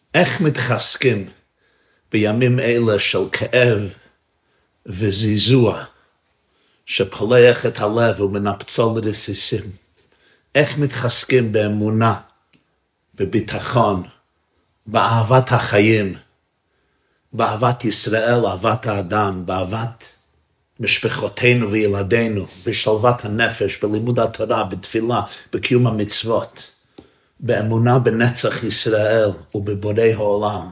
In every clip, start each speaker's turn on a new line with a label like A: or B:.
A: איך מתחזקים בימים אלה של כאב וזעזוע שפולח את הלב ומנפצו לרסיסים? איך מתחזקים באמונה, בביטחון, באהבת החיים, באהבת ישראל, אהבת האדם, באהבת משפחותינו וילדינו, בשלוות הנפש, בלימוד התורה, בתפילה, בקיום המצוות, באמונה בנצח ישראל ובבורא העולם.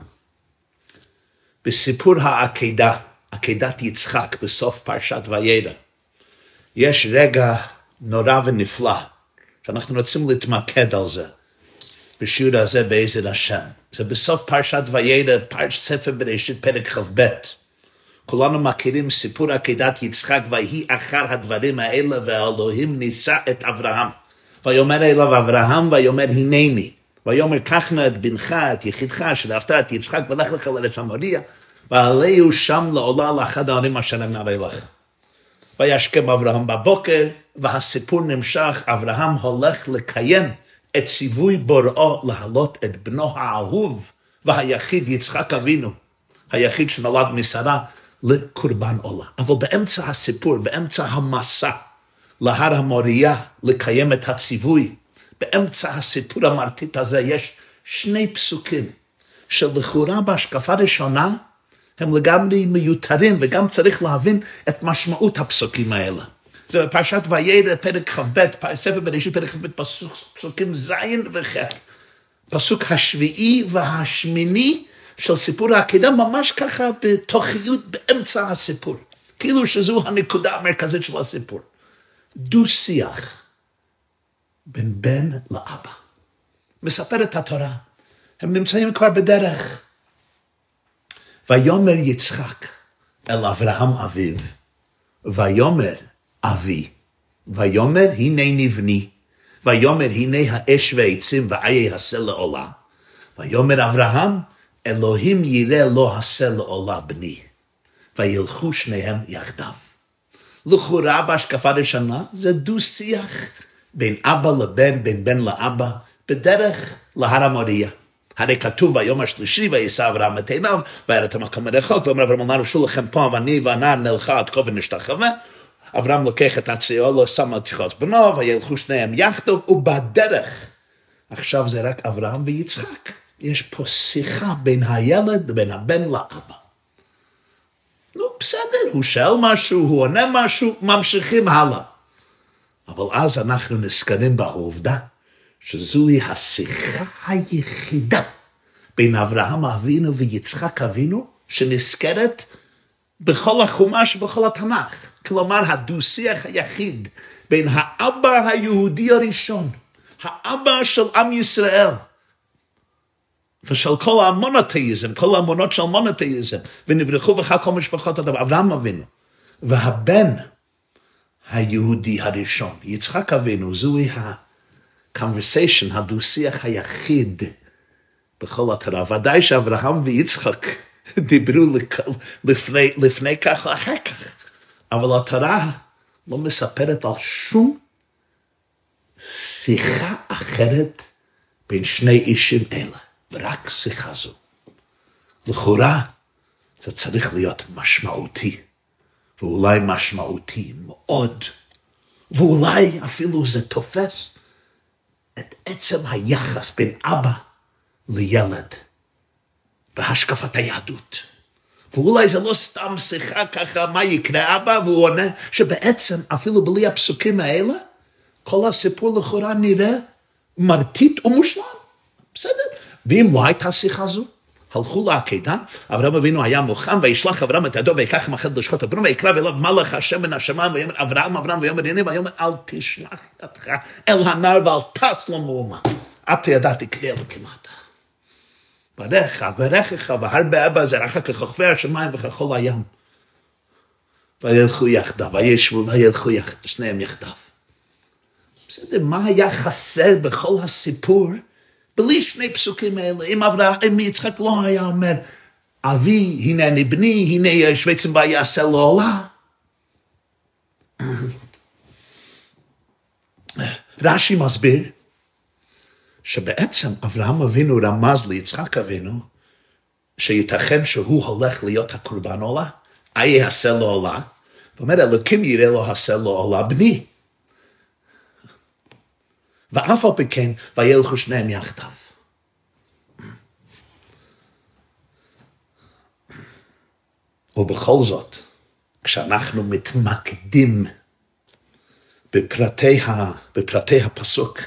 A: בסיפור העקדה, עקדת יצחק בסוף פרשת וירא, יש רגע נורא ונפלא, שאנחנו רוצים להתמקד על זה, בשיעור הזה בעזרת השם. זה בסוף פרשת וירא, ספר בראשית פרק כ"ב. כולנו מכירים סיפור עקדת יצחק, ויהי אחר הדברים האלה, והאלוהים נישא את אברהם. ויאמר אליו אברהם, ויאמר הנני. ויאמר קח נא את בנך, את יחידך, שאהבת את יצחק, ולך לך לארץ המוריה, ועלהו שם לעולה לאחד הערים אשר אני אראה לך. וישכם אברהם בבוקר, והסיפור נמשך. אברהם הולך לקיים את ציווי בוראו להעלות את בנו האהוב והיחיד יצחק אבינו, היחיד שנולד משרה, לקורבן עולה. אבל באמצע הסיפור, באמצע המסע להר המוריה, לקיים את הציווי, באמצע הסיפור המרטיט הזה יש שני פסוקים שלכאורה בהשקפה ראשונה הם לגמרי מיותרים, וגם צריך להבין את משמעות הפסוקים האלה. זה בפרשת וירא פרק כ"ב, ספר בראשית פרק כ"ב, פסוקים ז' וח'. פסוק השביעי והשמיני של סיפור העקדה, ממש ככה בתוכיות באמצע הסיפור. כאילו שזו הנקודה המרכזית של הסיפור. דו שיח בין בן לאבא. מספרת התורה. הם נמצאים כבר בדרך. ויאמר יצחק אל אברהם אביו, ויאמר אבי, ויאמר הנני בני, ויאמר הנה האש והעצים ואיה הסלע לעולה, ויאמר אברהם אלוהים יראה לו הסלע לעולה בני, וילכו שניהם יחדיו. לכאורה בהשקפה ראשונה זה דו שיח בין אבא לבן, בין בן לאבא, בדרך להר המוריה. הרי כתוב ביום השלישי וישא אברהם את עיניו וירא את המקום מרחוק, ואומר אברהם אל נא רשו לכם פה, ואני והנער נלכה עד כה ונשתחווה. אברהם לוקח את הציולו, שם על תיכות בנו, וילכו שניהם יחדיו, ובדרך, עכשיו זה רק אברהם ויצחק. יש פה שיחה בין הילד לבין הבן לאבא. נו בסדר, הוא שואל משהו, הוא עונה משהו, ממשיכים הלאה. אבל אז אנחנו נזכרים בעובדה, שזוהי השיחה היחידה בין אברהם אבינו ויצחק אבינו, שנזכרת בכל החומש ובכל התנ"ך. כלומר, הדו-שיח היחיד בין האבא היהודי הראשון, האבא של עם ישראל, ושל כל המונותאיזם, כל האמונות של מונותאיזם, ונברחו בך כל משפחות אברהם אבינו, והבן היהודי הראשון, יצחק אבינו, זוהי conversation, הדו-שיח היחיד בכל התורה. ודאי שאברהם ויצחק דיברו לפני כך או אחר כך, אבל התורה לא מספרת על שום שיחה אחרת בין שני אישים אלה, ורק שיחה זו. לכאורה זה צריך להיות משמעותי, ואולי משמעותי מאוד, ואולי אפילו זה תופס את עצם היחס בין אבא לילד בהשקפת היהדות. ואולי זה לא סתם שיחה ככה, מה יקרה אבא, והוא עונה שבעצם אפילו בלי הפסוקים האלה, כל הסיפור לכאורה נראה מרטיט ומושלם. בסדר? ואם לא הייתה שיחה זו, הלכו לעקדה, אברהם אבינו היה מוכן, וישלח אברהם את ידו, ויקח מחד לשחוט הבנו, ויקרב אליו מלאך השם מן השמיים, ויאמר אברהם, ויאמר הנה, ויאמר אל תשלח ידך אל הנער, ואל תעש לו מאומה. עתה ידעתי קריאה לכמעט. ברכך, והרבה אבא זרעך ככוכבי השמיים וכחול הים. וילכו יחדיו, וישבו וילכו יחדיו, שניהם יחדיו. בסדר, מה היה חסר בכל הסיפור? בלי שני פסוקים האלה, אם יצחק לא היה אומר, אבי, הנה אני בני, הנה שוויצם בה יעשה לעולה. רש"י מסביר, שבעצם אברהם אבינו רמז ליצחק אבינו, שייתכן שהוא הולך להיות הקורבן עולה, יעשה לו עולה, ואומר, אלוקים יראה לו עשה לו עולה בני. ואף על פי כן, וילכו שניהם יחדיו. ובכל זאת, כשאנחנו מתמקדים בפרטי הפסוק,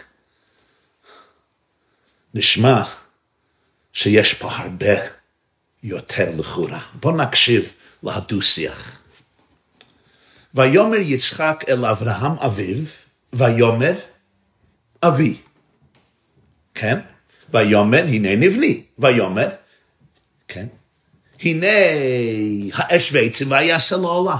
A: נשמע שיש פה הרבה יותר לכאורה. בואו נקשיב להדו-שיח. ויאמר יצחק אל אברהם אביו, ויאמר אבי. כן? ויאמר הנה נבני. ויאמר, כן? הנה האש ועצים ויעשה לו עולה.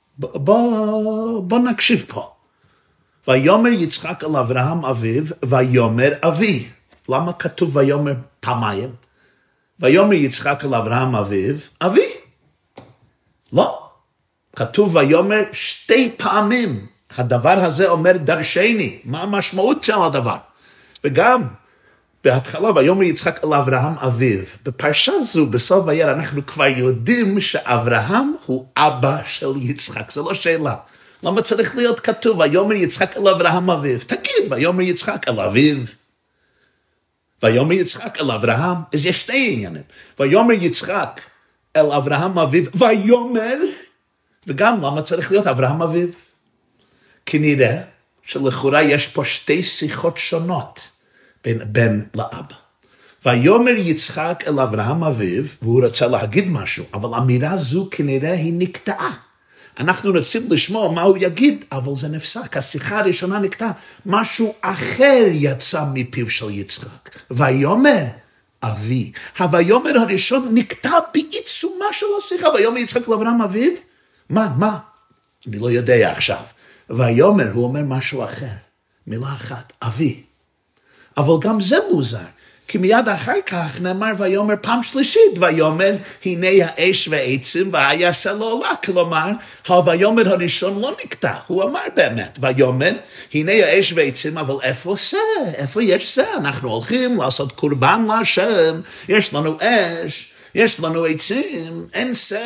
A: בוא נקשיב פה. ויאמר יצחק אל אברהם אביו, ויאמר אבי. למה כתוב ויאמר פעמיים? ויאמר יצחק אל אברהם אביו, אבי. לא. כתוב ויאמר שתי פעמים. הדבר הזה אומר דרשני. מה המשמעות של הדבר? וגם בהתחלה ויאמר יצחק אל אברהם אביו. בפרשה זו, בסוף וירא, אנחנו כבר יודעים שאברהם הוא אבא של יצחק. זו לא שאלה. למה צריך להיות כתוב ויאמר יצחק אל אברהם אביו? תגיד, ויאמר יצחק אל אביו. ויאמר יצחק אל אברהם, אז יש שני עניינים. ויאמר יצחק אל אברהם אביו, ויאמר, וגם למה צריך להיות אברהם אביו? כי נראה שלכאורה יש פה שתי שיחות שונות בין בן לאבא. ויאמר יצחק אל אברהם אביו, והוא רצה להגיד משהו, אבל אמירה זו כנראה היא נקטעה. אנחנו רוצים לשמוע מה הוא יגיד, אבל זה נפסק. השיחה הראשונה נקטעה. משהו אחר יצא מפיו של יצחק. ויאמר אבי. הויאמר הראשון נקטע בעיצומה של השיחה. ויאמר יצחק לאברהם אביו. מה? אני לא יודע עכשיו. ויאמר, הוא אומר משהו אחר. מילה אחת, אבי. אבל גם זה מוזר. כי מיד אחר כך נאמר ויאמר פעם שלישית, ויאמר הנה האש והעצים ויעשה לו עולה, כלומר הויאמר הראשון לא נקטע, הוא אמר באמת, ויאמר הנה האש והעצים, אבל איפה זה? איפה יש זה? אנחנו הולכים לעשות קורבן להשם, יש לנו אש, יש לנו עצים, אין זה.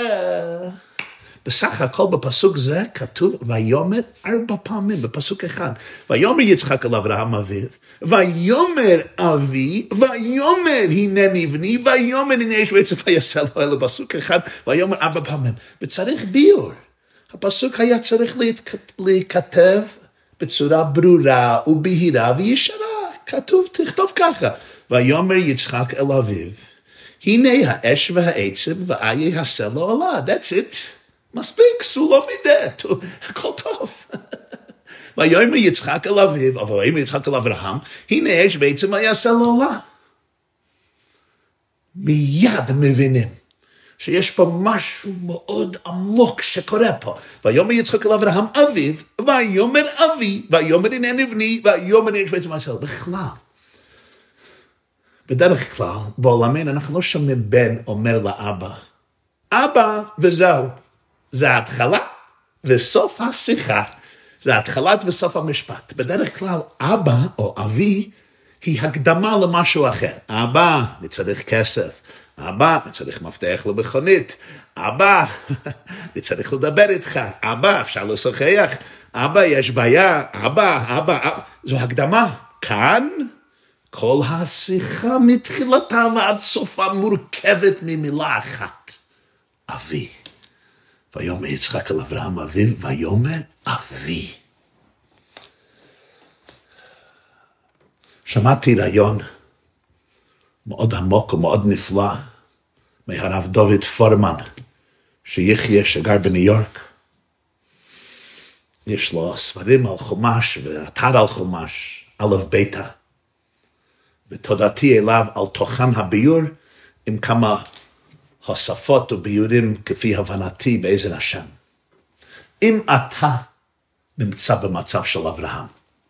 A: בסך הכל בפסוק זה כתוב ויאמר 4 פעמים בפסוק אחד. ויאמר יצחק אל אברהם אביו, ויאמר אבי, ויאמר הנה נבני, ויאמר הנה אש ועצים ויעשה לו, אלא פסוק אחד, ויאמר 4 פעמים. וצריך ביור. הפסוק היה צריך להיכתב בצורה ברורה ובהירה וישרה. כתוב, תכתוב ככה. ויאמר יצחק אל אביו, הנה האש והעצים ויעשה לו עולה. That's it. מספיק, סולו מידת, הכל טוב. ויאמר יצחק אל אביו, אבל ויאמר יצחק אל אברהם, הנה אש בעצם ויעשה לו עולה. מיד מבינים שיש פה משהו מאוד עמוק שקורה פה. ויאמר יצחק אל אברהם אביו, ויאמר אבי, ויאמר הנה נבני, ויאמר הנה אש בעצם ויעשה לו. בכלל. בדרך כלל, בעולמנו אנחנו לא שומעים בן אומר לאבא, אבא וזהו. זה ההתחלה וסוף השיחה. זה ההתחלה וסוף המשפט. בדרך כלל, אבא או אבי היא הקדמה למשהו אחר. אבא, אני צריך כסף. אבא, אני צריך מפתח למכונית. אבא, אני צריך לדבר איתך. אבא, אפשר לשוחח. אבא, יש בעיה. אבא. זו הקדמה. כאן, כל השיחה מתחילתה ועד סופה מורכבת ממילה אחת. אבי. ויאמר יצחק אל אברהם אביו, ויאמר אבי. שמעתי רעיון מאוד עמוק ומאוד נפלא מהרב דוד פורמן, שיחיה שגר בניו יורק. יש לו ספרים על חומש ואתר על חומש, א' ביתא. ותודתי אליו על תוכן הביור עם כמה הוספות וביורים כפי הבנתי בעזר השם. אם אתה נמצא במצב של אברהם,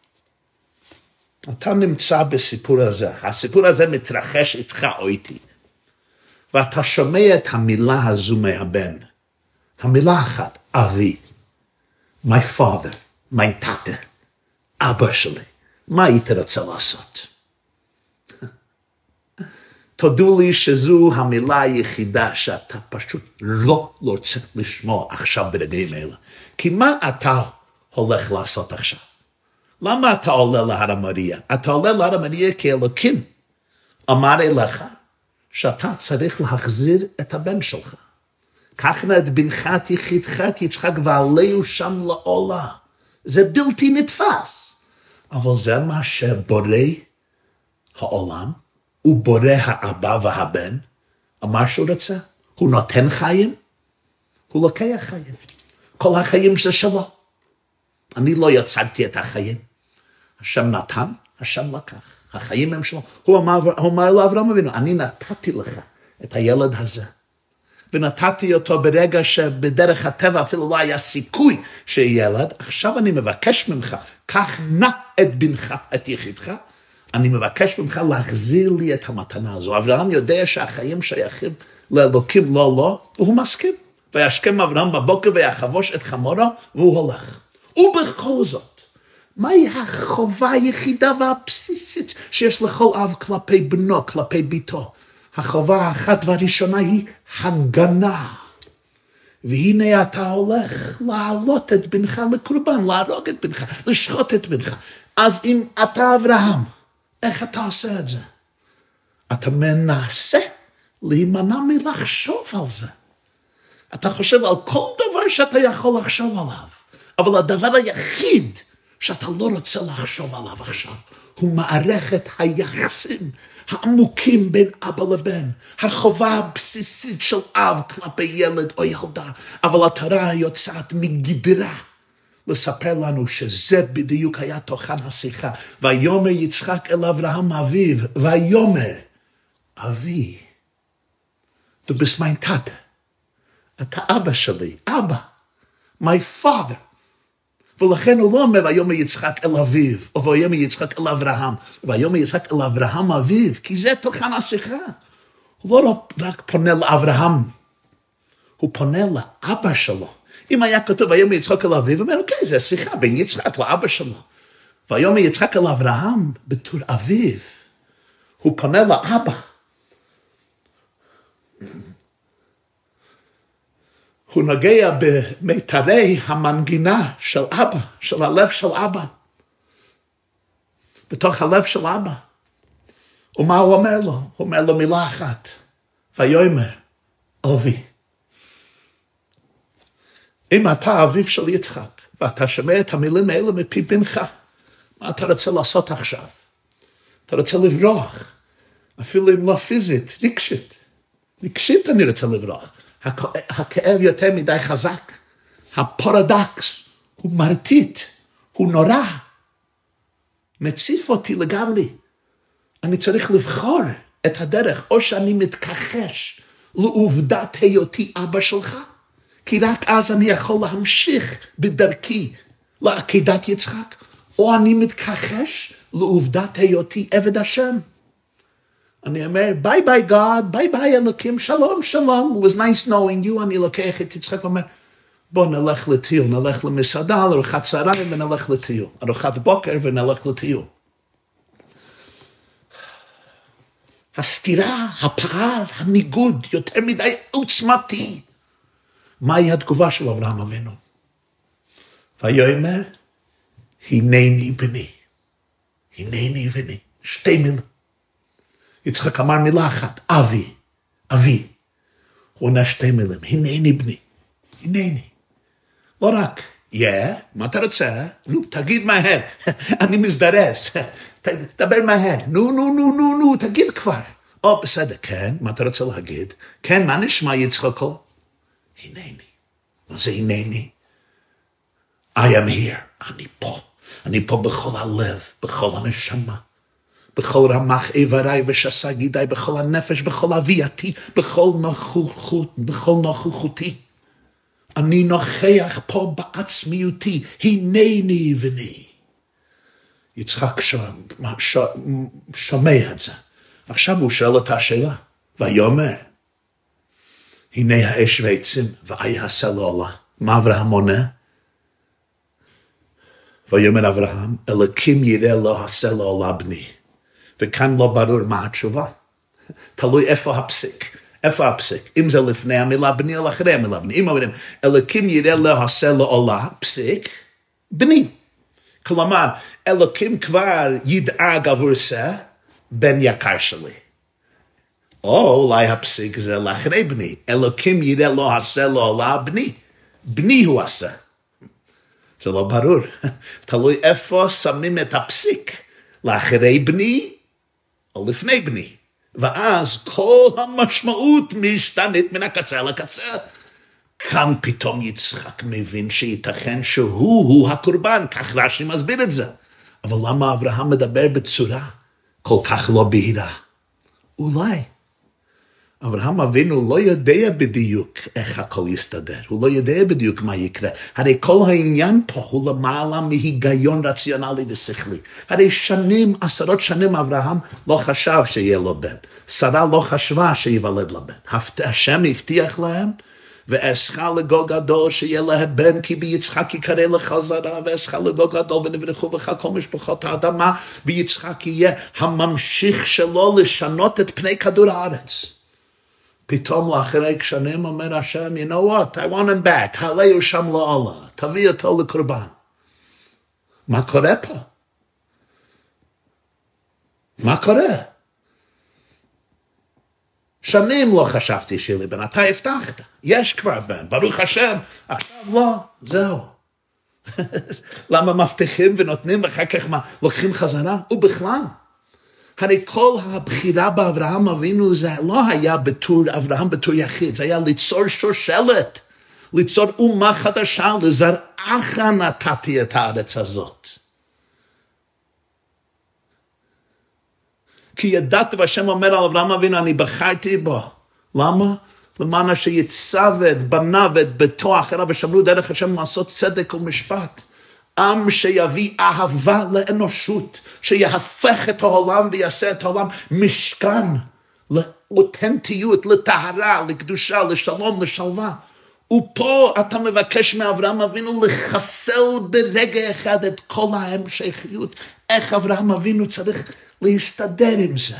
A: אתה נמצא בסיפור הזה, הסיפור הזה מתרחש איתך או איתי, ואתה שומע את המילה הזו מהבן, המילה אחת, אבי, my father, my תתה, אבא שלי, מה היית רוצה לעשות? תודו לי שזו המילה היחידה שאתה פשוט לא רוצה לשמוע עכשיו ברגעים אלה. כי מה אתה הולך לעשות עכשיו? למה אתה עולה להר המוריה? אתה עולה להר המוריה כי אלוקים אמר אליך שאתה צריך להחזיר את הבן שלך. קח נא את בנך את יחידך את יצחק ועלהו שם לעולה. זה בלתי נתפס. אבל זה מה שבורא העולם, הוא בורא האבא והבן, אמר שהוא רוצה. הוא נותן חיים, הוא לוקח חיים. כל החיים זה שלו. אני לא יצרתי את החיים. השם נתן, השם לקח. החיים הם שלו. הוא אמר לאברהם אבינו, אני נתתי לך את הילד הזה. ונתתי אותו ברגע שבדרך הטבע אפילו לא היה סיכוי שיהיה ילד. עכשיו אני מבקש ממך, קח נא את בנך, את יחידך. אני מבקש ממך להחזיר לי את המתנה הזו. אברהם יודע שהחיים שייכים לאלוקים, לא, והוא מסכים. וישכם אברהם בבוקר ויחבוש את חמורו, והוא הולך. ובכל זאת, מהי החובה היחידה והבסיסית שיש לכל אב כלפי בנו, כלפי ביתו? החובה האחת והראשונה היא הגנה. והנה אתה הולך להעלות את בנך לקורבן, להרוג את בנך, לשחוט את בנך. אז אם אתה אברהם, איך אתה עושה את זה? אתה מנסה להימנע מלחשוב על זה. אתה חושב על כל דבר שאתה יכול לחשוב עליו. אבל הדבר היחיד שאתה לא רוצה לחשוב עליו עכשיו, הוא מערכת היחסים העמוקים בין אבא לבן, החובה הבסיסית של אב כלפי ילד או ילדה, אבל התורה יוצאת מגדרה לספר לנו שזה בדיוק היה תוכן השיחה. ויאמר יצחק אל אברהם אביו, ויאמר, אבי, du bist mein Tate, אתה אבא שלי, אבא, my father. ולכן הוא לא אומר, ויאמר יצחק אל אביו, או ויאמר יצחק אל אברהם, ויאמר יצחק אל אברהם אביו, כי זה תוכן השיחה. הוא לא רק פונה לאברהם, הוא פונה לאבא שלו. אם היה כתוב, ויאמר יצחק אל אביו, הוא אומר, אוקיי, זה שיחה בין יצחק לאבא שלו. ויאמר יצחק אל אברהם, בתור אביו, הוא פונה לאבא. הוא נוגע במיתרי המנגינה של אבא, של הלב של אבא. בתוך הלב של אבא. ומה הוא אומר לו? הוא אומר לו מילה אחת. ויאמר, אבי. אם אתה אביו של יצחק, ואתה שומע את המילים האלה מפי בנך, מה אתה רוצה לעשות עכשיו? אתה רוצה לברוח. אפילו אם לא פיזית, רגשית. רגשית אני רוצה לברוח. הכאב יותר מדי חזק. הפרדוקס הוא מרטיט, הוא נורא. מציף אותי לגמרי. אני צריך לבחור את הדרך, או שאני מתכחש לעובדת היותי אבא שלך, כי רק אז אני יכול להמשיך בדרכי לעקדת יצחק, או אני מתכחש לעובדת היותי עבד השם. אני אומר, ביי ביי God, ביי ביי אלוקים, שלום שלום, it was nice knowing you, אני לוקח את יצחק ואומר, בוא נלך לטיול, נלך למסעדה, לארוחת צהריים ונלך לטיול, ארוחת בוקר ונלך לטיול. הסתירה, הפער, הניגוד, יותר מדי עוצמתי. מהי התגובה של אברהם אבינו? ויאמר, הנני בני. הנני בני. שתי מילים. יצחק אמר מילה אחת, אבי, אבי. הוא עונה שתי מילים, הנני בני. הנני. לא רק, מה אתה רוצה? נו, תגיד מהר. אני מזדרז. תדבר מהר. נו, תגיד כבר. בסדר, כן, מה אתה רוצה להגיד? כן, מה נשמע יצחקו? הנני. מה זה הנני? I am here. אני פה בכל הלב, בכל הנשמה, בכל רמ"ח איבריי ושס"ה גידיי, בכל הנפש, בכל הווייתי, בכל נוכחותי. אני נוכח פה בעצמיותי, הנני בני. יצחק שומע את זה. עכשיו הוא שואל את השאלה, ויאמר, הנה האש והעצים, ויעשה לעולה. מה אברהם עונה? ויאמר אברהם, אלוקים יראה לא עשה לעולה בני. וכאן לא ברור מה התשובה. תלוי איפה הפסיק. איפה הפסיק? אם זה לפני המילה בני או אחרי המילה בני. אם אומרים, אלוקים יראה לעשה לעולה, פסיק, בני. כלומר, אלוקים כבר ידאג עבור זה, בן יקר שלי. או אולי הפסיק זה לאחרי בני. אלוקים יראה לעשה לעולה, בני. בני הוא עשה. זה לא ברור. תלוי איפה שמים את הפסיק. לאחרי בני או לפני בני. ואז כל המשמעות משתנית מן הקצה לקצה. כאן פתאום יצחק מבין שייתכן שהוא הקורבן, כך רש"י מסביר את זה. אבל למה אברהם מדבר בצורה כל כך לא בהירה? אולי. אברהם אבינו לא יודע בדיוק איך הכל יסתדר, הוא לא יודע בדיוק מה יקרה. הרי כל העניין פה הוא למעלה מהיגיון רציונלי ושכלי. הרי שנים, עשרות שנים אברהם לא חשב שיהיה לו בן. שרה לא חשבה שיוולד לה בן. השם הבטיח להם, ואעשך לגוי גדול שיהיה להם בן, כי ביצחק יקרא לך זרע, ואעשך לגוי גדול ונברכו בך כל משפחות האדמה, ויצחק יהיה הממשיך שלו לשנות את פני כדור הארץ. פתאום לאחרי שנים אומר השם, you know what, I want him back, העלהו שם לעולה, תביא אותו לקורבן. מה קורה פה? מה קורה? שנים לא חשבתי שיהיה לי בן, אתה הבטחת, יש כבר בן, ברוך השם, עכשיו לא, זהו. למה מבטיחים ונותנים ואחר כך לוקחים חזרה? ובכלל, הרי כל הבחירה באברהם אבינו זה לא היה בתור אברהם בתור יחיד, זה היה ליצור שושלת, ליצור אומה חדשה, לזרעך נתתי את הארץ הזאת. כי ידעת והשם אומר על אברהם אבינו, אני בחרתי בו. למה? למען אשר יצוות בניו ואת ביתו אחריו ושמרו דרך השם לעשות צדק ומשפט. עם שיביא אהבה לאנושות, שיהפך את העולם ויעשה את העולם משכן, לאותנטיות, לטהרה, לקדושה, לשלום, לשלווה. ופה אתה מבקש מאברהם אבינו לחסל ברגע אחד את כל ההמשכיות. איך אברהם אבינו צריך להסתדר עם זה?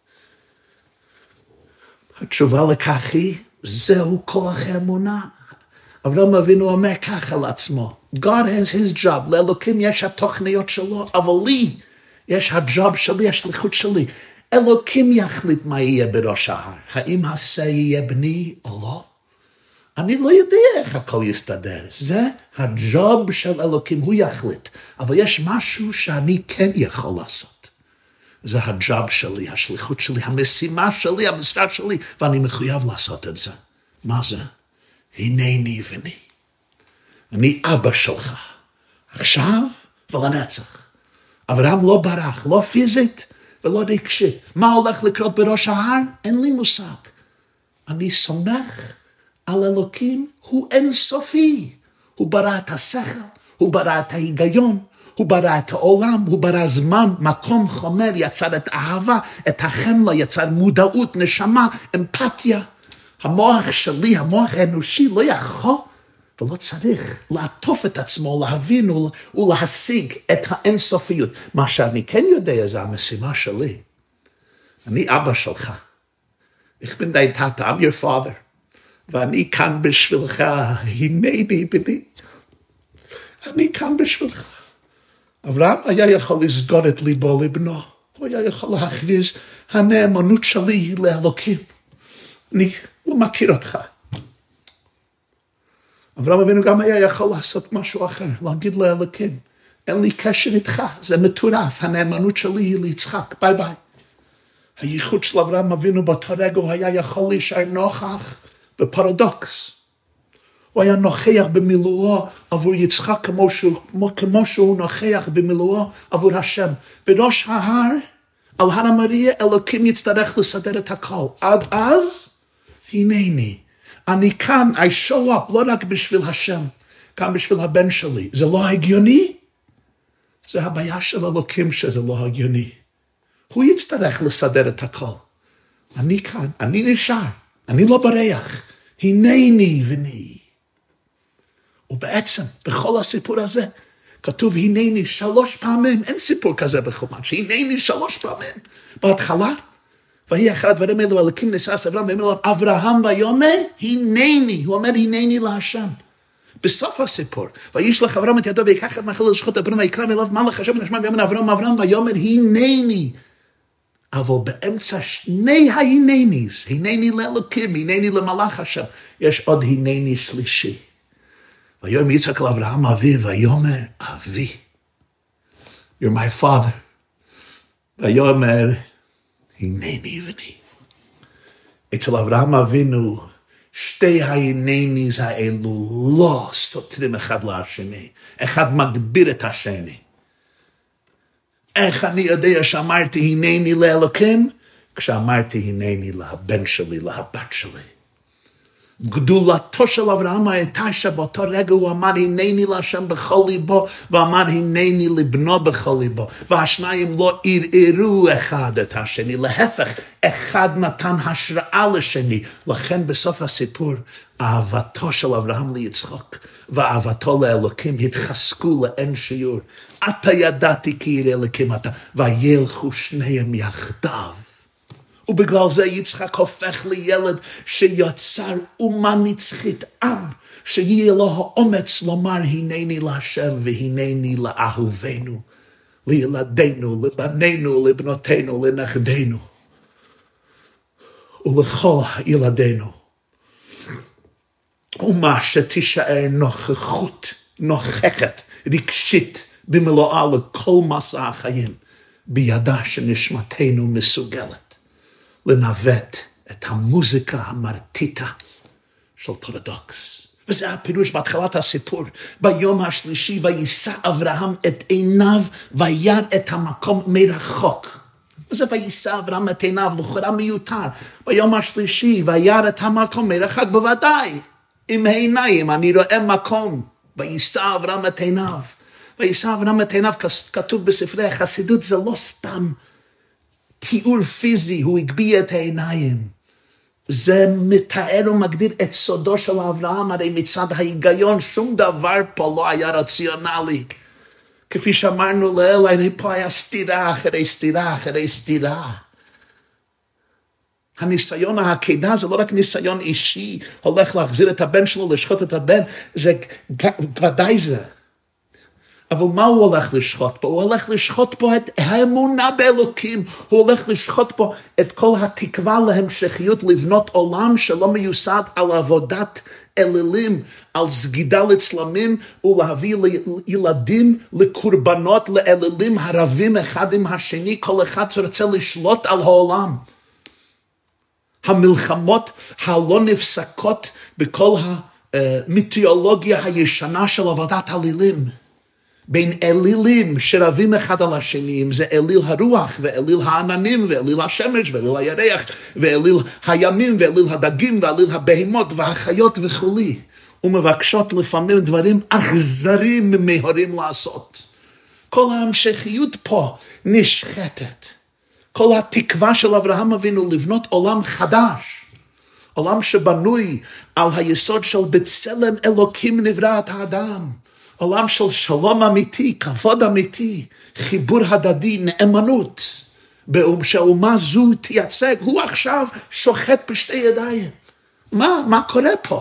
A: התשובה לכך היא, זהו כוח האמונה. אברהם אבינו אומר ככה לעצמו, God has his job, לאלוקים יש התוכניות שלו, אבל לי יש הג'וב שלי, יש שליחות שלי. אלוקים יחליט מה יהיה בראש ההר, האם הזה יהיה בני או לא? אני לא יודע איך הכל יסתדר, זה הג'וב של אלוקים, הוא יחליט, אבל יש משהו שאני כן יכול לעשות. זה הג'וב שלי, השליחות שלי, המשימה שלי, המשרד שלי, ואני מחויב לעשות את זה. מה זה? הנני בני. אני אבא שלך. עכשיו ולנצח. אברהם לא ברח, לא פיזית ולא רגשית. מה הולך לקרות בראש ההר? אין לי מושג. אני סומך על אלוקים, הוא אינסופי. הוא ברא את השכל, הוא ברא את ההיגיון, הוא ברא את העולם, הוא ברא זמן, מקום, חומר, יצר את אהבה, את החמלה, יצר מודעות, נשמה, אמפתיה. המוח שלי, המוח האנושי, לא יכול ולא צריך לעטוף את עצמו, להבין ולהשיג את האינסופיות. מה שאני כן יודע זה המשימה שלי. אני אבא שלך. Ich bin dein Tata, I'm your father. ואני כאן בשבילך, הנני בני. אני כאן בשבילך. אברהם היה יכול לסגור את ליבו לבנו. הוא היה יכול להכריז, הנאמנות שלי היא לאלוקים. אני לא מכיר אותך. אברהם אבינו גם היה יכול לעשות משהו אחר, להגיד לאלוקים, אין לי קשר איתך, זה מטורף, הנאמנות שלי היא ליצחק, ביי ביי. הייחוד של אברהם אבינו באותו רגע הוא היה יכול להישאר נוכח בפרדוקס. הוא היה נוכח במילואו עבור יצחק כמו שהוא נוכח במילואו עבור השם. בראש ההר, על הר המוריה, אלוקים יצטרך לסדר את הכל. עד אז, הנני. אני כאן, I show up, לא רק בשביל השם, כאן בשביל הבן שלי. זה לא הגיוני? זה הבעיה של אלוקים שזה לא הגיוני. הוא יצטרך לסדר את הכל. אני כאן, אני נשאר, אני לא ברח. הנני בני. ובעצם, בכל הסיפור הזה, כתוב הנני 3 פעמים, אין סיפור כזה בחומש, הנני 3 פעמים. בהתחלה, ויהי אחר הדברים האלו, אלוקים נשא אברהם, ואומר לו, אברהם ויאמר, הנני, הוא אומר, הנני להשם. בסוף הסיפור, וישלח אברהם את ידו, ויקח את מאכלו לשחוט הבן, ויקרא אליו מלאך השם מן השמיים, ויאמר אברהם, ויאמר, הנני. אבל באמצע שני ההנניס, הנני לאלוקים, הנני למלאך השם, יש עוד הנני שלישי. ויאמר יצחק לאברהם אביו, ויאמר, אבי, you're my father. ויאמר, הנני בני. אצל אברהם אבינו, שתי ההנניס האלו לא סותרים אחד לשני. אחד מגביר את השני. איך אני יודע שאמרתי הנני לאלוקים? כשאמרתי הנני לבן שלי, לבת שלי. גדולתו של אברהם הייתה שבאותו רגע הוא אמר הנני להשם בכל ליבו, ואמר הנני לבנו בכל ליבו, והשניים לא ערערו אחד את השני, להפך, אחד נתן השראה לשני. לכן בסוף הסיפור, אהבתו של אברהם ליצחק, ואהבתו לאלוקים התחזקו לאין שיעור. אתה ידעתי כי ירא אלוקים אתה, וילכו שניהם יחדיו. ובגלל זה יצחק הופך לילד שיוצר אומה נצחית, עם שיהיה לו האומץ לומר הנני להשם והנני לאהובינו, לילדינו, לבנינו, לבנותינו, לנכדינו ולכל ילדינו. אומה שתישאר נוכחת רגשית במלואה לכל מסע החיים, בידה שנשמתנו מסוגלת לנווט את המוזיקה המרטיטה של פרדוקס. וזה הפירוש בהתחלת הסיפור. ביום השלישי ויישא אברהם את עיניו וירא את המקום מרחוק. וזה ויישא אברהם את עיניו, לכאורה מיותר. ביום השלישי וירא את המקום מרחוק, בוודאי. עם העיניים אני רואה מקום. ויישא אברהם את עיניו. ויישא אברהם את עיניו, כתוב בספרי החסידות, זה לא סתם תיאור פיזי, הוא הגביע את העיניים. זה מתאר ומגדיר את סודו של אברהם, הרי מצד ההיגיון שום דבר פה לא היה רציונלי. כפי שאמרנו לאל, הרי פה היה סתירה אחרי סתירה אחרי סתירה. הניסיון העקדה זה לא רק ניסיון אישי, הולך להחזיר את הבן שלו, לשחוט את הבן, זה ודאי זה. אבל מה הוא הולך לשחוט פה? הוא הולך לשחוט פה את האמונה באלוקים, הוא הולך לשחוט פה את כל התקווה להמשכיות, לבנות עולם שלא מיוסד על עבודת אלילים, על סגידה לצלמים, ולהביא ילדים לקורבנות לאלילים הרבים אחד עם השני, כל אחד שרוצה לשלוט על העולם. המלחמות הלא נפסקות בכל המיתולוגיה הישנה של עבודת אלילים. בין אלילים שרבים אחד על השני, אם זה אליל הרוח ואליל העננים ואליל השמש ואליל הירח ואליל הימים ואליל הדגים ואליל הבהמות והחיות וכולי, ומבקשות לפעמים דברים אכזרים מהורים לעשות. כל ההמשכיות פה נשחטת. כל התקווה של אברהם אבינו לבנות עולם חדש, עולם שבנוי על היסוד של בצלם אלוקים נבראת האדם, עולם של שלום אמיתי, כבוד אמיתי, חיבור הדדי, נאמנות, שהאומה זו תייצג. הוא עכשיו שוחט בשתי ידיים. מה קורה פה?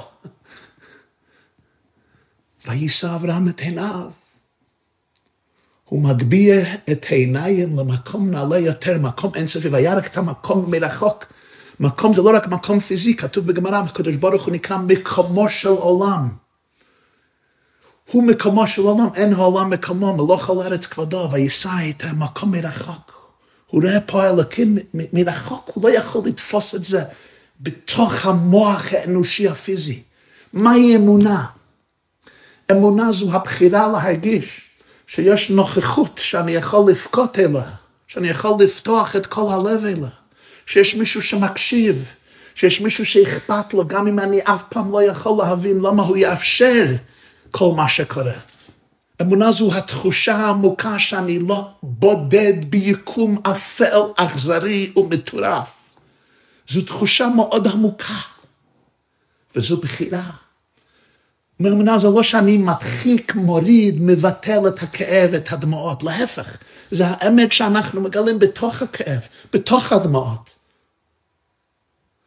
A: ויישא אברהם את עיניו. הוא מגביה את העיניים למקום נעלה יותר, מקום אינסופי, וירא את המקום מרחוק. מקום זה לא רק מקום פיזי, כתוב בגמרא, הקדוש ברוך הוא נקרא מקומו של עולם. הוא מקומו של עולם, אין העולם מקומו, מלוך על ארץ כבודו, ויישא את המקום מרחוק. הוא רואה פה אלוקים מרחוק, הוא לא יכול לתפוס את זה בתוך המוח האנושי הפיזי. מהי אמונה? אמונה זו הבחירה להרגיש שיש נוכחות שאני יכול לפקות אליה, שאני יכול לפתוח את כל הלב אליה, שיש מישהו שמקשיב, שיש מישהו שאכפת לו, גם אם אני אף פעם לא יכול להבין למה הוא יאפשר כל מה שקורה. אמונה זו התחושה העמוקה שאני לא בודד ביקום אפל, אכזרי ומטורף. זו תחושה מאוד עמוקה, וזו בחירה. מאמונה זו לא שאני מדחיק, מוריד, מבטל את הכאב, את הדמעות. להפך, זה האמת שאנחנו מגלים בתוך הכאב, בתוך הדמעות.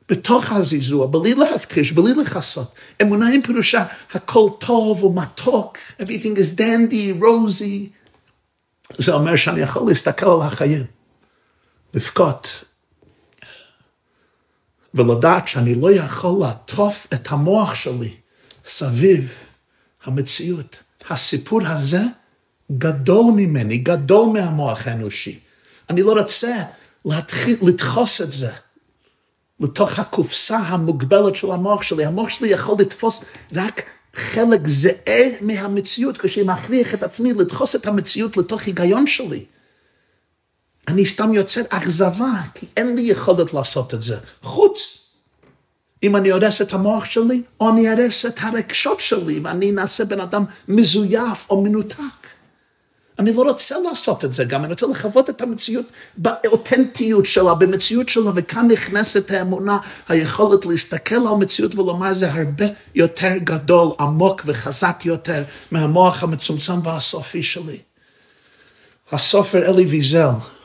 A: בתוך הזיזוע, בלי להפחיש, בלי לחסות. אמונה עם פירושה, הכל טוב ומתוק, everything is dandy, rosy. זה אומר שאני יכול להסתכל על החיים, לבכות, ולדעת שאני לא יכול לעטוף את המוח שלי סביב המציאות. הסיפור הזה גדול ממני, גדול מהמוח האנושי. אני לא רוצה להתחיל לדחוס את זה לתוך הקופסה המוגבלת של המוח שלי. המוח שלי יכול לתפוס רק חלק זהה מהמציאות, כשאני מכריח את עצמי לדחוס את המציאות לתוך היגיון שלי. אני סתם יוצר אכזבה, כי אין לי יכולת לעשות את זה. חוץ, אם אני הורס את המוח שלי, או אני הורס את הרגשות שלי, ואני נעשה בן אדם מזויף או מנותק. אני לא רוצה לעשות את זה, גם אני רוצה לחוות את המציאות באותנטיות שלה, במציאות שלה, וכאן נכנסת האמונה, היכולת להסתכל על המציאות ולומר, זה הרבה יותר גדול, עמוק וחזק יותר, מהמוח המצומצם והסופי שלי. הסופר אלי ויזל,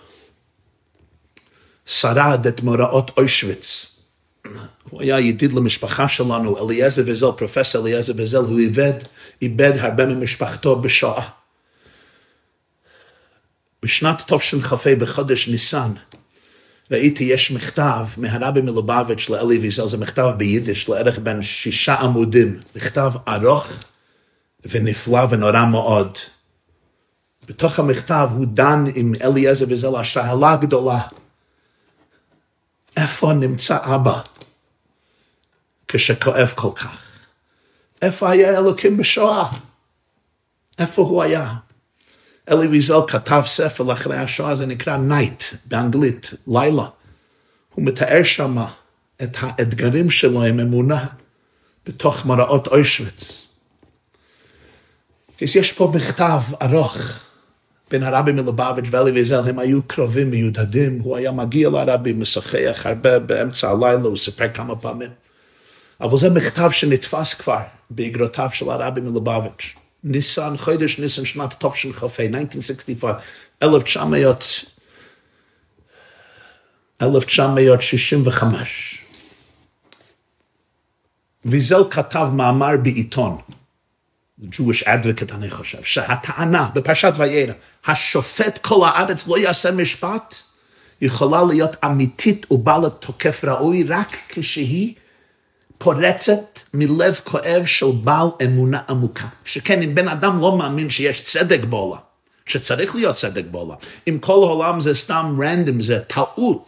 A: שרד את מאורעות אושוויץ. הוא היה ידיד למשפחה שלנו, אליעזר ויזל, פרופסור אליעזר ויזל, הוא איבד הרבה ממשפחתו בשואה. בשנת תשכ"ה בחודש ניסן, ראיתי יש מכתב מהרבי מלובביץ' לאלי ויזל, זה מכתב ביידיש, לערך בין 6 עמודים, מכתב ארוך ונפלא ונורא מאוד. בתוך המכתב הוא דן עם אליעזר ויזל השאלה הגדולה, איפה נמצא אבא כשכואב כל כך? איפה היה אלוקים בשואה? איפה הוא היה? אלי ויזל כתב ספר לאחרי השואה, זה נקרא Night, באנגלית, לילה. הוא מתאר שם את האתגרים שלו עם אמונה, בתוך מאורעות אושוויץ. יש פה מכתב ארוך, בין הרבי מלובביץ' ואלי ויזל, הם היו קרובים מיודדים, הוא היה מגיע לרבי, משוחח הרבה באמצע הלילה, הוא סיפר כמה פעמים. אבל זה מכתב שנתפס כבר באגרותיו של הרבי מלובביץ'. ניסן, חודש ניסן שנת תשכ"ה, 1965. ויזל כתב מאמר בעיתון, Jewish Advocate אני חושב, שהטענה בפרשת וירא, השופט כל הארץ לא יעשה משפט, יכולה להיות אמיתית ובעלת תוקף ראוי רק כשהיא פורצת מלב כואב של בעל אמונה עמוקה. שכן אם בן אדם לא מאמין שיש צדק בעולם, שצריך להיות צדק בעולם, אם כל העולם זה סתם רנדום, זה טעות,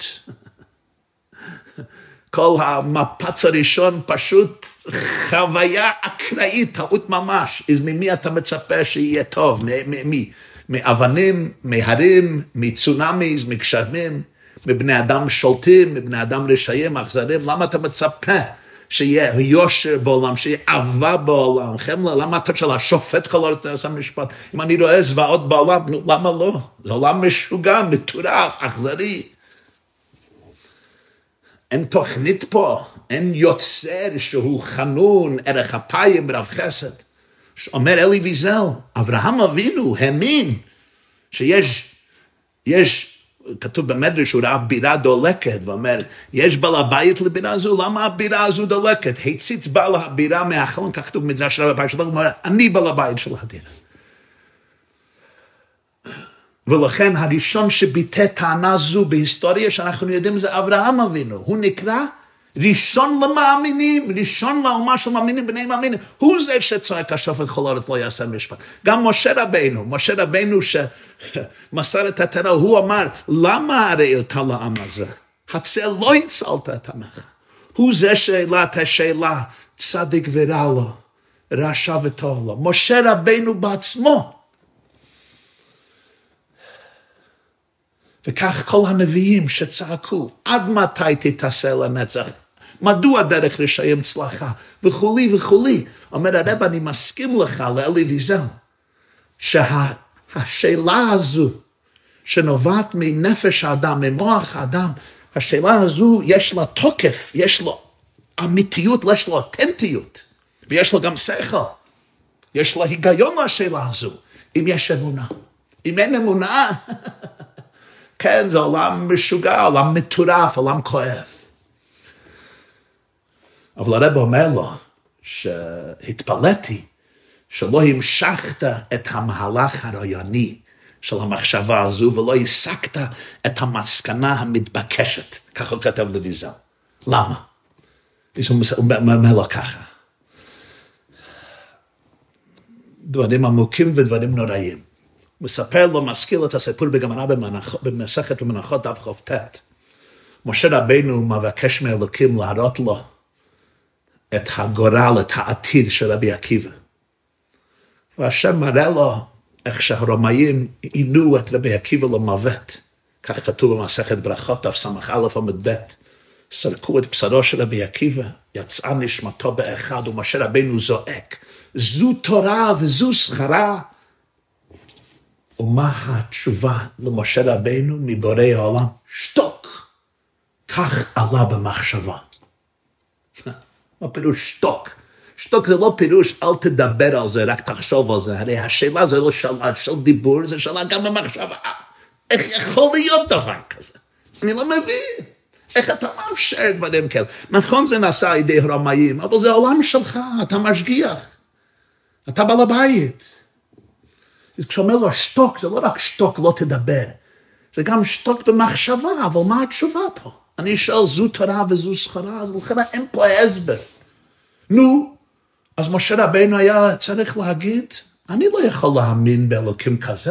A: כל המפץ הראשון פשוט חוויה אקראית, טעות ממש. אז ממי אתה מצפה שיהיה טוב? מאבנים, מהרים, מצונאמיז, מקשרים, מבני אדם שולטים, מבני אדם רשעים, אכזרים. למה אתה מצפה שיהיה יושר בעולם, שיהיה אהבה בעולם, חמלה? למה אתה של השופט כל ארץ נעשה משפט? אם אני רואה זוועות בעולם, למה לא? זה עולם משוגע, מטורף, אכזרי. אין תוכנית פה, אין יוצר שהוא חנון, ערך אפיים, רב חסד. אומר אלי ויזל, אברהם אבינו האמין שיש, כתוב במדרש, הוא ראה בירה דולקת, ואומר, יש בעל הבית לבירה הזו, למה הבירה הזו דולקת? הציץ בעל הבירה מהחלון, כך כתוב מדרש רבי פרשת, הוא אומר, אני בעל הבית של הדירה. ולכן הראשון שביטא טענה זו בהיסטוריה שאנחנו יודעים זה אברהם אבינו. הוא נקרא ראשון למאמינים, ראשון לאומה של מאמינים, בני מאמינים. הוא זה שצועק השופט כל ארץ לא יעשה משפט. גם משה רבינו שמסר את התורה, הוא אמר, למה הראית לעם הזה? הצל לא הצלת את עמך. הוא זה שאלה את השאלה, צדיק ורע לו, רשע וטוב לו. משה רבינו בעצמו, וכך כל הנביאים שצעקו, עד מתי תתעשה לנצח? מדוע דרך רשעים צלחה? וכולי וכולי. אומר הרב, אני מסכים לך, לאלי ויזל, שהשאלה הזו, שנובעת מנפש האדם, ממוח האדם, השאלה הזו יש לה תוקף, יש לו אמיתיות, יש לו אותנטיות, ויש לו גם שכל. יש לה היגיון לשאלה הזו, אם יש אמונה. אם אין אמונה, כן, זה עולם משוגע, עולם מטורף, עולם כואב. אבל הרב אומר לו, שהתפלאתי, שלא המשכת את המהלך הרעיוני של המחשבה הזו, ולא הסקת את המסקנה המתבקשת. ככה הוא כתב לויזל. למה? הוא אומר לו ככה. דברים עמוקים ודברים נוראים. הוא מספר לו, מזכיר את הסיפור בגמרא במסכת במנחות דף ח"ט. משה רבינו מבקש מאלוקים להראות לו את הגורל, את העתיד של רבי עקיבא. והשם מראה לו איך שהרומאים עינו את רבי עקיבא למוות. כך כתוב במסכת ברכות, דף ס"א עמוד ב'. סרקו את בשרו של רבי עקיבא, יצאה נשמתו באחד, ומשה רבינו זועק, זו תורה וזו שכרה. ומה התשובה למשה רבינו מבורא העולם? שתוק. כך עלה במחשבה. מה פירוש שתוק? שתוק זה לא פירוש, אל תדבר על זה, רק תחשוב על זה. הרי השאלה זה לא שאלה של דיבור, זה שאלה גם במחשבה. איך יכול להיות דבר כזה? אני לא מבין. איך אתה מאפשר דברים כאלה? נכון זה נעשה על ידי הרומאים, אבל זה העולם שלך, אתה משגיח. אתה בעל הבית. כשאומר לו שתוק, זה לא רק שתוק, לא תדבר. זה גם שתוק במחשבה, אבל מה התשובה פה? אני שואל, זו תורה וזו שכרה, אז לכן אין פה הסבר. נו, אז משה רבינו היה צריך להגיד, אני לא יכול להאמין באלוקים כזה.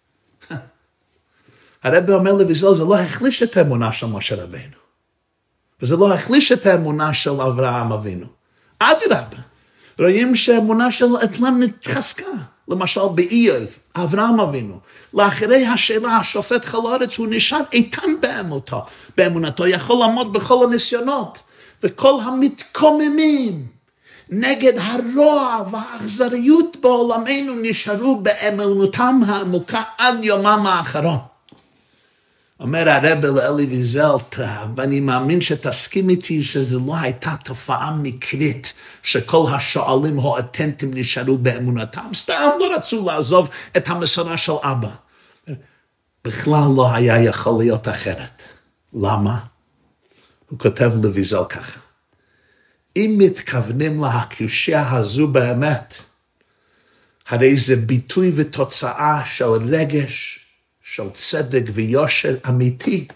A: הרבי אומר לויזל, זה לא החליש את האמונה של משה רבינו. וזה לא החליש את האמונה של אברהם אבינו. אדרבה, רואים שהאמונה שלהם נתחזקה. למשל באיוב, אברהם אבינו. לאחרי השאלה, השופט חלורץ, הוא נשאר איתן באמונתו, יכול לעמוד בכל הניסיונות. וכל המתקוממים נגד הרוע והאכזריות בעולמנו נשארו באמונתם העמוקה עד יומם האחרון. אומר הרב לאלי ויזל, ואני מאמין שתסכים איתי שזו לא הייתה תופעה מקרית, שכל השואלים האותנטיים נשארו באמונתם, סתם לא רצו לעזוב את המסורה של אבא. בכלל לא היה יכול להיות אחרת. למה? הוא כותב לויזל ככה, אם מתכוונים להקושיה הזו באמת, הרי זה ביטוי ותוצאה של רגש, של צדק ויושר אמיתי.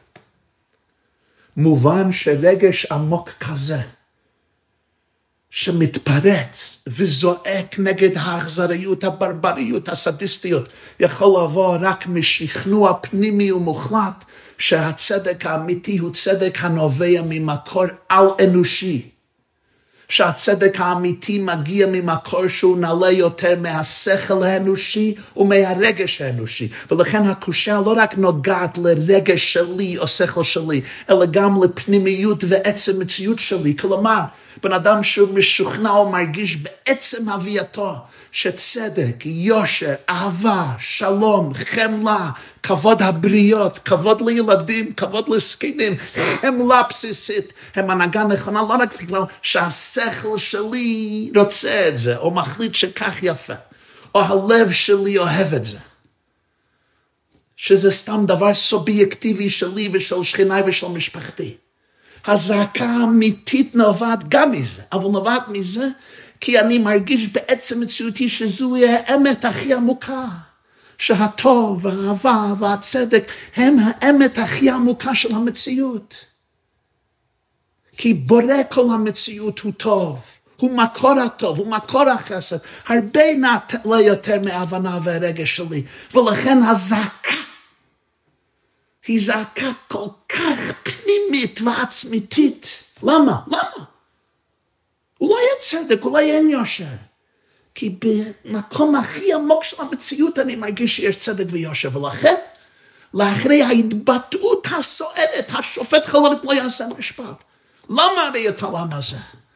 A: מובן שרגש עמוק כזה, שמתפרץ וזועק נגד האכזריות, הברבריות, הסדיסטיות, יכול לבוא רק משכנוע פנימי ומוחלט, שהצדק האמיתי הוא צדק הנובע ממקור על אנושי. שהצדק האמיתי מגיע ממקור שהוא נעלה יותר מהשכל האנושי ומהרגש האנושי. ולכן הקושיה לא רק נוגעת לרגש שלי או שכל שלי, אלא גם לפנימיות ועצם מציאות שלי. כלומר, בן אדם שהוא משוכנע ומרגיש בעצם הווייתו, שצדק, יושר, אהבה, שלום, חמלה, כבוד הבריות, כבוד לילדים, כבוד לזקנים, חמלה בסיסית, הם הנהגה נכונה לא רק בגלל שהשכל שלי רוצה את זה, או מחליט שכך יפה, או הלב שלי אוהב את זה. שזה סתם דבר סובייקטיבי שלי ושל שכניי ושל משפחתי. הזעקה האמיתית נובעת גם מזה, אבל נובעת מזה כי אני מרגיש בעצם מציאותי שזוהי האמת הכי עמוקה. שהטוב והאהבה והצדק הם האמת הכי עמוקה של המציאות. כי בורא כל המציאות הוא טוב, הוא מקור הטוב, הוא מקור החסד, הרבה נעלה יותר מההבנה והרגש שלי, ולכן הזעקה היא זעקה כל כך פנימית ועצמיתית. למה? אולי אין צדק, אולי אין יושר. כי במקום הכי עמוק של המציאות אני מרגיש שיש צדק ויושר, ולכן, לאחרי ההתבטאות הסוערת, השופט חלורץ לא יעשה משפט. למה הרי את העולם הזה?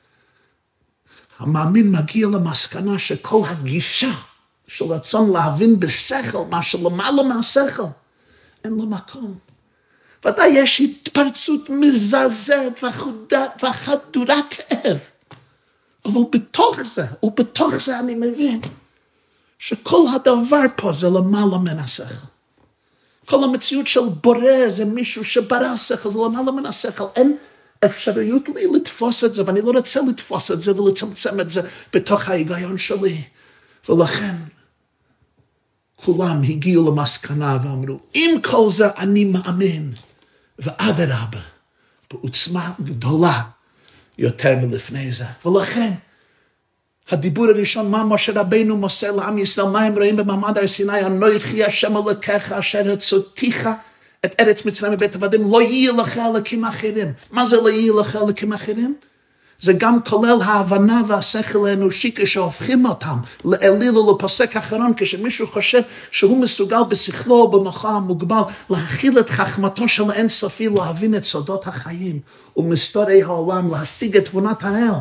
A: המאמין מגיע למסקנה שכל הגישה של רצון להבין בשכל, מה שלמעלה מהשכל, אין לו מקום. ודאי יש התפרצות מזעזעת וחדורת כאב. אבל בתוך זה אני מבין שכל הדבר פה זה למעלה מן השכל. כל המציאות של בורא זה מישהו שברא השכל, זה למעלה מן השכל. אפשריות לי לתפוס את זה, ואני לא רוצה לתפוס את זה ולצמצם את זה בתוך ההיגיון שלי. ולכן, כולם הגיעו למסקנה ואמרו, עם כל זה אני מאמין, ואדרבה, בעוצמה גדולה יותר מלפני זה. ולכן, הדיבור הראשון, מה משה רבינו מוסר לעם ישראל, מה הם רואים במעמד הר סיני, אנוכי השם אלוקיך אשר הוצאתיך את ארץ מצרים מבית עבדים, לא יהיה לך אלוקים אחרים. מה זה לא יהיה לך אלוקים אחרים? זה גם כולל ההבנה והשכל האנושי כשהופכים אותם לאליל ולפוסק אחרון, כשמישהו חושב שהוא מסוגל בשכלו או במוחו המוגבל להכיל את חכמתו של האינסופי, להבין את סודות החיים ומסתורי העולם, להשיג את תבונת האל.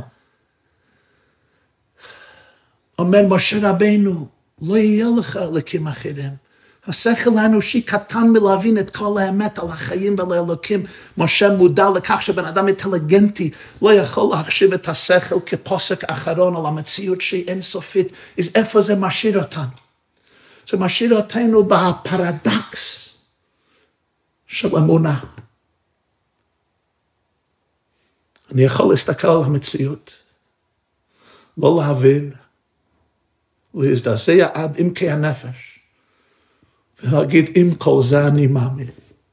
A: אומר משה רבינו, לא יהיה לך אלוקים אחרים. השכל האנושי קטן מלהבין את כל האמת על החיים ועל האלוקים. משה מודע לכך שבן אדם אינטליגנטי לא יכול להחשיב את השכל כפוסק אחרון על המציאות שהיא אינסופית. אז איפה זה משאיר אותנו? זה משאיר אותנו בפרדוקס של אמונה. אני יכול להסתכל על המציאות, לא להבין, להזדעזע עד עמקי הנפש, ולהגיד, עם כל זה אני מאמין.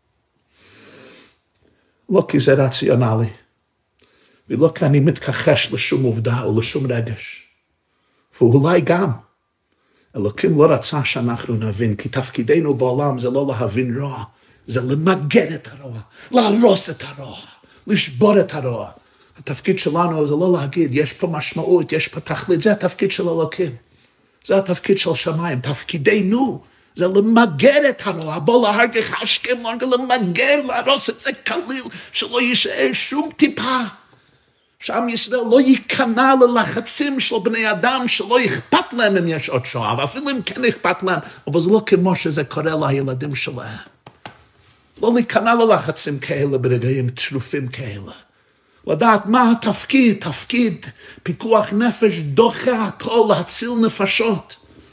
A: לא כי זה רציונלי, ולא כי אני מתכחש לשום עובדה או לשום רגש. ואולי גם, אלוקים לא רצה שאנחנו נבין, כי תפקידנו בעולם זה לא להבין רוע, זה למגר את הרוע, להרוס את הרוע, לשבור את הרוע. התפקיד שלנו זה לא להגיד, יש פה משמעות, יש פה תכלית, זה התפקיד של אלוקים. זה התפקיד של שמיים. תפקידנו זה למגר את הרוע, בוא להרגך השכם, למגר, להרוס את זה כליל, שלא יישאר שום טיפה. שעם ישראל לא ייכנע ללחצים של בני אדם, שלא אכפת להם אם יש עוד שואה, ואפילו אם כן אכפת להם, אבל זה לא כמו שזה קורה לילדים שלהם. לא להיכנע ללחצים כאלה ברגעים טרופים כאלה. לדעת מה התפקיד, תפקיד פיקוח נפש דוחה הכל להציל נפשות.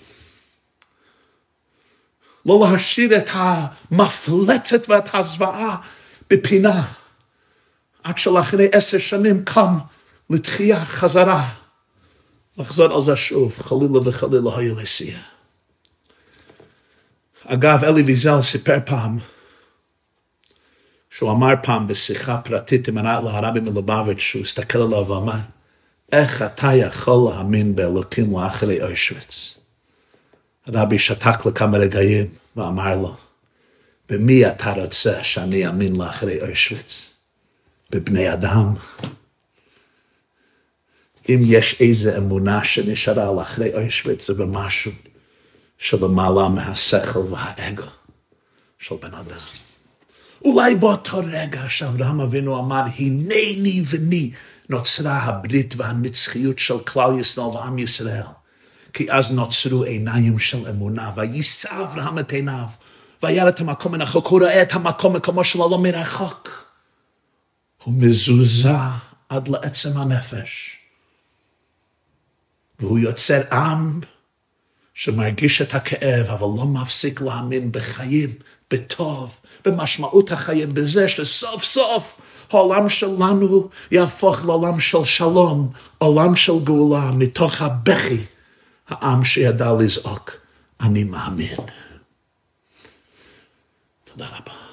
A: לא להשאיר את המפלצת ואת הזוועה בפינה, עד שלאחרי 10 שנים קם לתחייה חזרה, לחזור על זה שוב, חלילה וחלילה היה לסייע. אגב, אלי ויזל סיפר פעם, שהוא אמר פעם בשיחה פרטית עם הרבי מלובביץ', שהוא הסתכל עליו ואמר, איך אתה יכול להאמין באלוקים לאחרי אושוויץ? הרבי שתק לכמה רגעים ואמר לו, במי אתה רוצה שאני אאמין לאחרי אושוויץ? בבני אדם? אם יש איזו אמונה שנשארה לאחרי אושוויץ, זה במשהו שלמעלה מהשכל והאגו של בן אדם. אולי באותו רגע שאברהם אבינו אמר, הנני וני, נוצרה הברית והנצחיות של כלל ישראל ועם ישראל. כי אז נוצרו עיניים של אמונה, ויישא אברהם את עיניו, וירא את המקום מרחוק, הוא רואה את המקום מקומו של עולם מרחוק. הוא מזוזה עד לעצם הנפש. והוא יוצר עם שמרגיש את הכאב, אבל לא מפסיק להאמין בחיים, בטוב, במשמעות החיים, בזה שסוף סוף העולם שלנו יהפוך לעולם של שלום, עולם של גאולה, מתוך הבכי, העם שידע לזעוק, אני מאמין. תודה רבה.